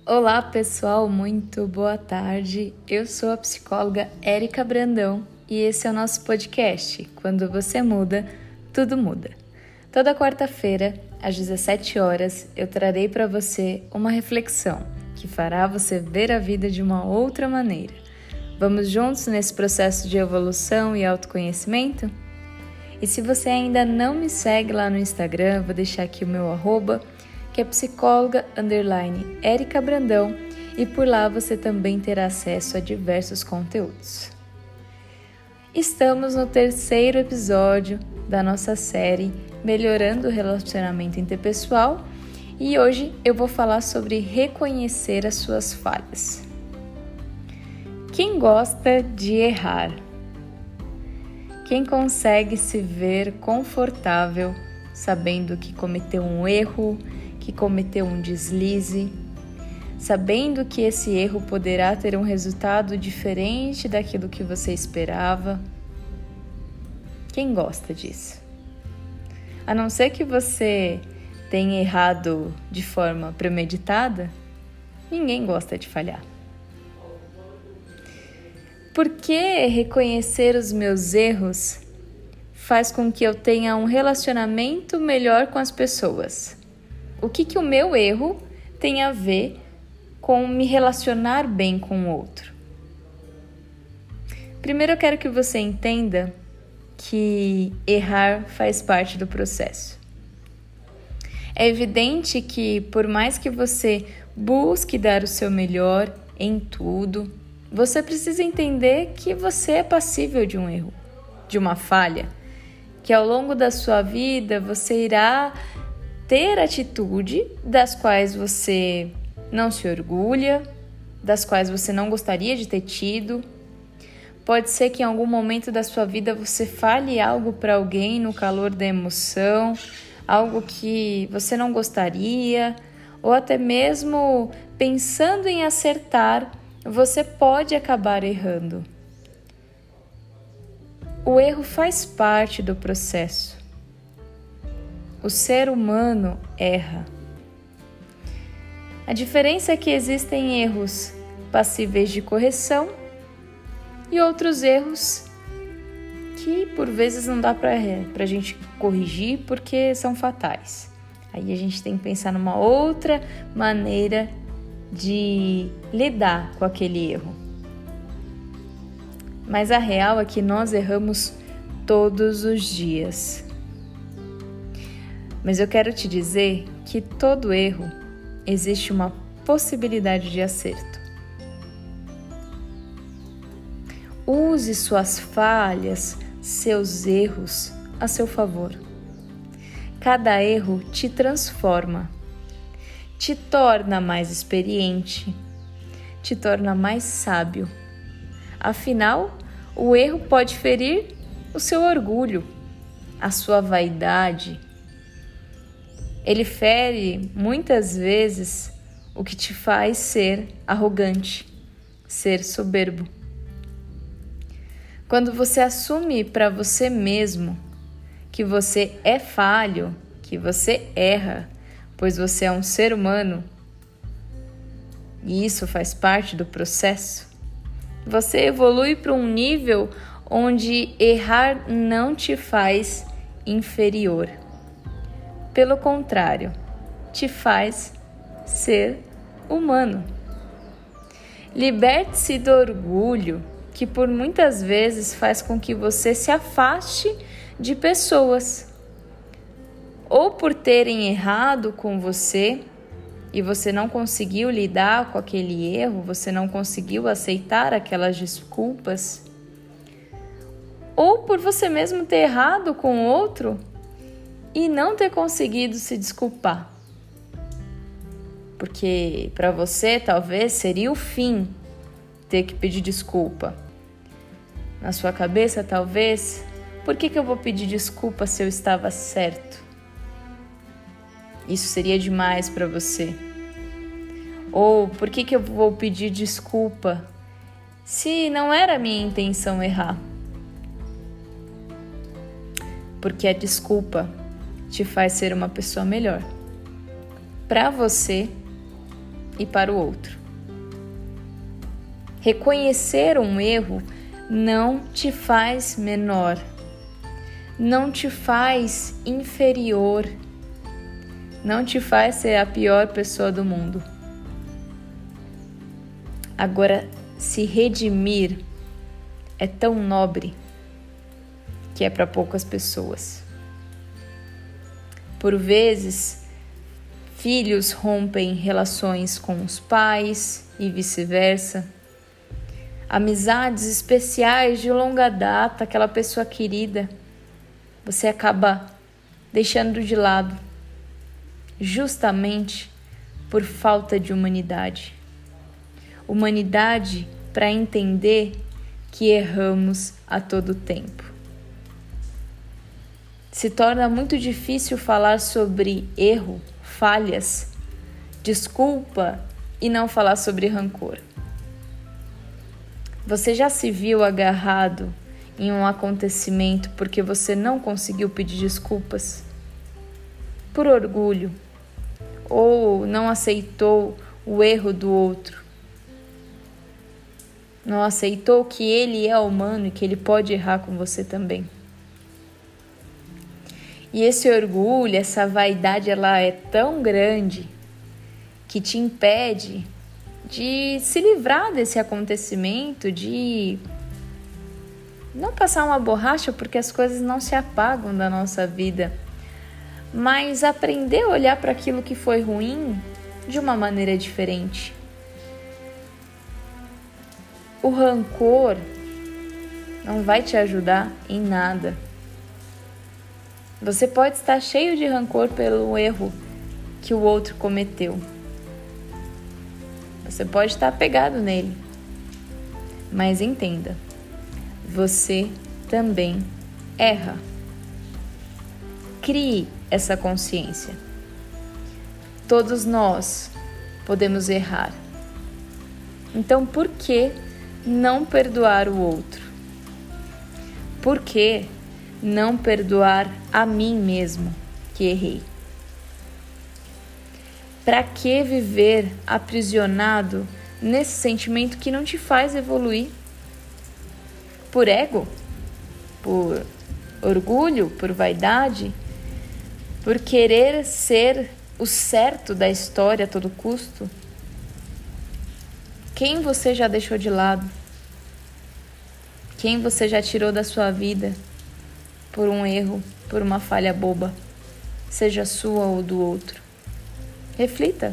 Olá pessoal, muito boa tarde. Eu sou a psicóloga Érica Brandão e esse é o nosso podcast. Quando você muda, tudo muda. Toda quarta-feira, às 17 horas, eu trarei para você uma reflexão que fará você ver a vida de uma outra maneira. Vamos juntos nesse processo de evolução e autoconhecimento? E se você ainda não me segue lá no Instagram, vou deixar aqui o meu @, que é psicóloga_Érica Brandão, e por lá você também terá acesso a diversos conteúdos. Estamos no 3º episódio da nossa série Melhorando o Relacionamento Interpessoal e hoje eu vou falar sobre reconhecer as suas falhas. Quem gosta de errar? Quem consegue se ver confortável sabendo que cometeu um erro, que cometeu um deslize, sabendo que esse erro poderá ter um resultado diferente daquilo que você esperava? Quem gosta disso? A não ser que você tenha errado de forma premeditada, ninguém gosta de falhar. Por que reconhecer os meus erros faz com que eu tenha um relacionamento melhor com as pessoas? O que o meu erro tem a ver com me relacionar bem com o outro? Primeiro eu quero que você entenda que errar faz parte do processo. É evidente que por mais que você busque dar o seu melhor em tudo, você precisa entender que você é passível de um erro, de uma falha, que ao longo da sua vida você irá ter atitude das quais você não se orgulha, das quais você não gostaria de ter tido. Pode ser que em algum momento da sua vida você fale algo para alguém no calor da emoção, algo que você não gostaria, ou até mesmo pensando em acertar, você pode acabar errando. O erro faz parte do processo. O ser humano erra. A diferença é que existem erros passíveis de correção e outros erros que por vezes não dá para a gente corrigir porque são fatais. Aí a gente tem que pensar numa outra maneira de lidar com aquele erro. Mas a real é que nós erramos todos os dias. Mas eu quero te dizer que todo erro existe uma possibilidade de acerto. Use suas falhas, seus erros a seu favor. Cada erro te transforma, te torna mais experiente, te torna mais sábio. Afinal, o erro pode ferir o seu orgulho, a sua vaidade. Ele fere muitas vezes o que te faz ser arrogante, ser soberbo. Quando você assume para você mesmo que você é falho, que você erra, pois você é um ser humano, e isso faz parte do processo, você evolui para um nível onde errar não te faz inferior. Pelo contrário, te faz ser humano. Liberte-se do orgulho que por muitas vezes faz com que você se afaste de pessoas. Ou por terem errado com você e você não conseguiu lidar com aquele erro, você não conseguiu aceitar aquelas desculpas. Ou por você mesmo ter errado com outro e não ter conseguido se desculpar. Porque para você talvez seria o fim ter que pedir desculpa. Na sua cabeça talvez, por que eu vou pedir desculpa se eu estava certo? Isso seria demais para você. Ou por que eu vou pedir desculpa se não era a minha intenção errar? Porque a desculpa te faz ser uma pessoa melhor. Para você e para o outro. Reconhecer um erro não te faz menor, não te faz inferior, não te faz ser a pior pessoa do mundo. Agora, se redimir é tão nobre que é para poucas pessoas. Por vezes, filhos rompem relações com os pais e vice-versa. Amizades especiais de longa data, aquela pessoa querida, você acaba deixando de lado, justamente por falta de humanidade. Humanidade para entender que erramos a todo tempo. Se torna muito difícil falar sobre erro, falhas, desculpa e não falar sobre rancor. Você já se viu agarrado em um acontecimento porque você não conseguiu pedir desculpas? Por orgulho? Ou não aceitou o erro do outro? Não aceitou que ele é humano e que ele pode errar com você também? E esse orgulho, essa vaidade, ela é tão grande que te impede de se livrar desse acontecimento, de não passar uma borracha, porque as coisas não se apagam da nossa vida, mas aprender a olhar para aquilo que foi ruim de uma maneira diferente. O rancor não vai te ajudar em nada. Você pode estar cheio de rancor pelo erro que o outro cometeu. Você pode estar apegado nele, mas entenda, você também erra. Crie essa consciência. Todos nós podemos errar. Então, por que não perdoar o outro? Por que não perdoar a mim mesmo que errei? Para que viver aprisionado nesse sentimento que não te faz evoluir? Por ego? Por orgulho? Por vaidade? Por querer ser o certo da história a todo custo? Quem você já deixou de lado? Quem você já tirou da sua vida por um erro, por uma falha boba, seja sua ou do outro? Reflita.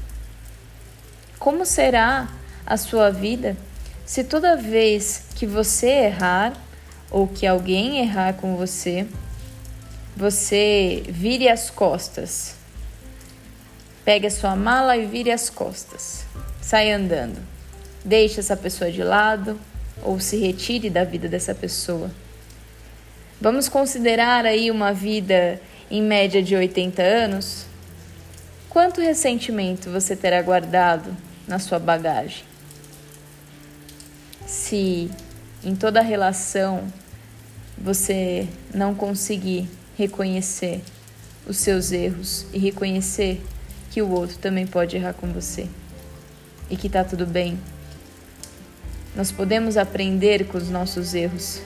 Como será a sua vida se toda vez que você errar ou que alguém errar com você, você vire as costas? Pegue a sua mala e vire as costas. Sai andando. Deixe essa pessoa de lado ou se retire da vida dessa pessoa. Vamos considerar aí uma vida em média de 80 anos? Quanto ressentimento você terá guardado na sua bagagem? Se em toda relação você não conseguir reconhecer os seus erros e reconhecer que o outro também pode errar com você e que tá tudo bem, nós podemos aprender com os nossos erros.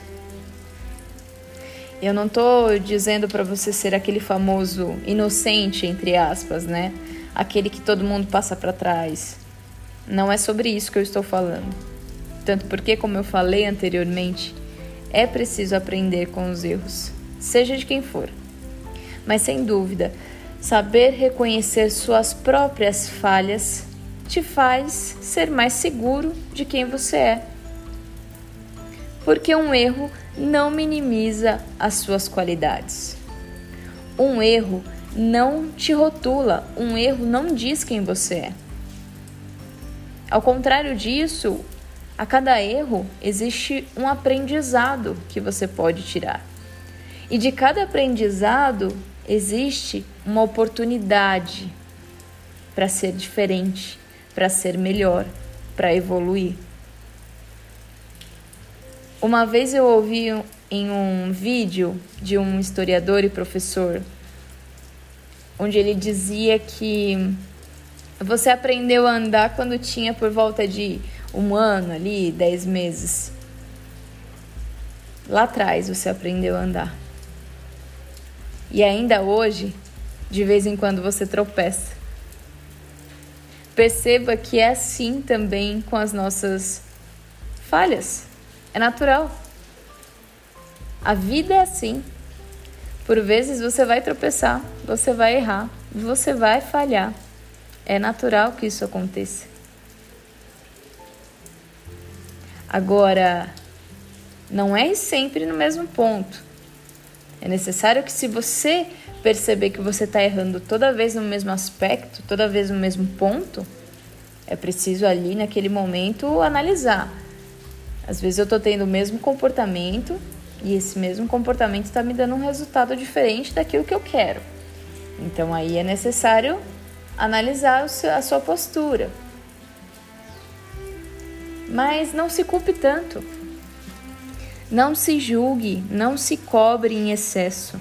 Eu não tô dizendo para você ser aquele famoso inocente, entre aspas, né? Aquele que todo mundo passa para trás. Não é sobre isso que eu estou falando. Tanto porque, como eu falei anteriormente, é preciso aprender com os erros, seja de quem for. Mas, sem dúvida, saber reconhecer suas próprias falhas te faz ser mais seguro de quem você é. Porque um erro não minimiza as suas qualidades. Um erro não te rotula, um erro não diz quem você é. Ao contrário disso, a cada erro existe um aprendizado que você pode tirar. E de cada aprendizado existe uma oportunidade para ser diferente, para ser melhor, para evoluir. Uma vez eu ouvi em um vídeo de um historiador e professor, onde ele dizia que Você aprendeu a andar quando tinha por volta de 1 ano ali, 10 meses. Lá atrás você aprendeu a andar. E ainda hoje, de vez em quando você tropeça. Perceba que é assim também com as nossas falhas. É natural. A vida é assim. Por vezes você vai tropeçar, você vai errar, você vai falhar. É natural que isso aconteça. Agora, não é sempre no mesmo ponto. É necessário que, se você perceber que você está errando toda vez no mesmo aspecto, toda vez no mesmo ponto, é preciso ali naquele momento analisar. Às vezes eu estou tendo o mesmo comportamento e esse mesmo comportamento está me dando um resultado diferente daquilo que eu quero. Então aí é necessário analisar a sua postura. Mas não se culpe tanto. Não se julgue, não se cobre em excesso.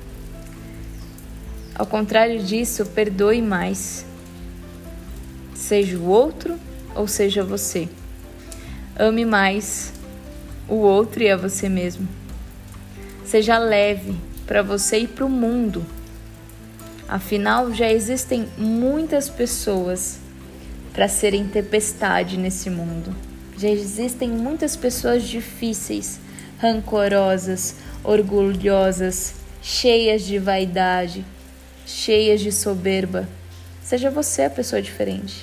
Ao contrário disso, perdoe mais. Seja o outro ou seja você. Ame mais o outro e a você mesmo. Seja leve para você e para o mundo. Afinal, já existem muitas pessoas para serem tempestade nesse mundo. Já existem muitas pessoas difíceis, rancorosas, orgulhosas, cheias de vaidade, cheias de soberba. Seja você a pessoa diferente.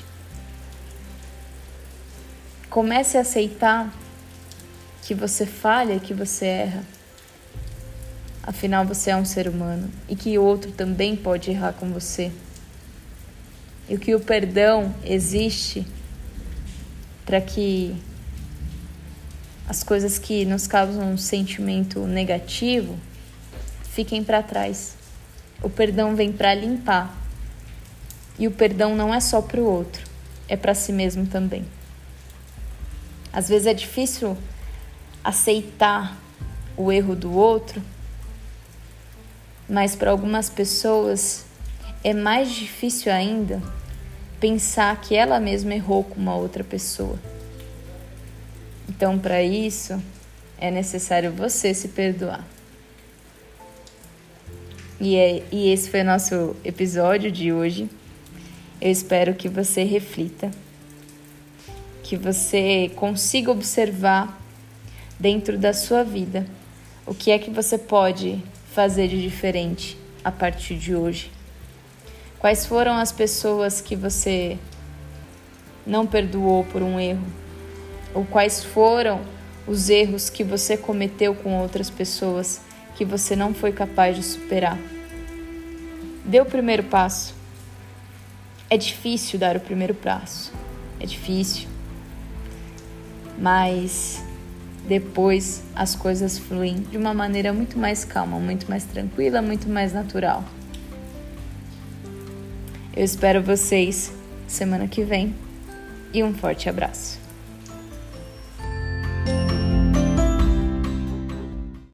Comece a aceitar que você falha, que você erra. Afinal, você é um ser humano e que o outro também pode errar com você. E que o perdão existe para que as coisas que nos causam um sentimento negativo fiquem para trás. O perdão vem para limpar. E o perdão não é só para o outro, é para si mesmo também. Às vezes é difícil aceitar o erro do outro, mas para algumas pessoas é mais difícil ainda pensar que ela mesma errou com uma outra pessoa. Então, para isso, é necessário você se perdoar. E esse foi o nosso episódio de hoje. Eu espero que você reflita, que você consiga observar dentro da sua vida o que é que você pode fazer de diferente a partir de hoje. Quais foram as pessoas que você não perdoou por um erro? Ou quais foram os erros que você cometeu com outras pessoas que você não foi capaz de superar? Dê o primeiro passo. É difícil dar o primeiro passo. É difícil. Mas depois as coisas fluem de uma maneira muito mais calma, muito mais tranquila, muito mais natural. Eu espero vocês semana que vem e um forte abraço.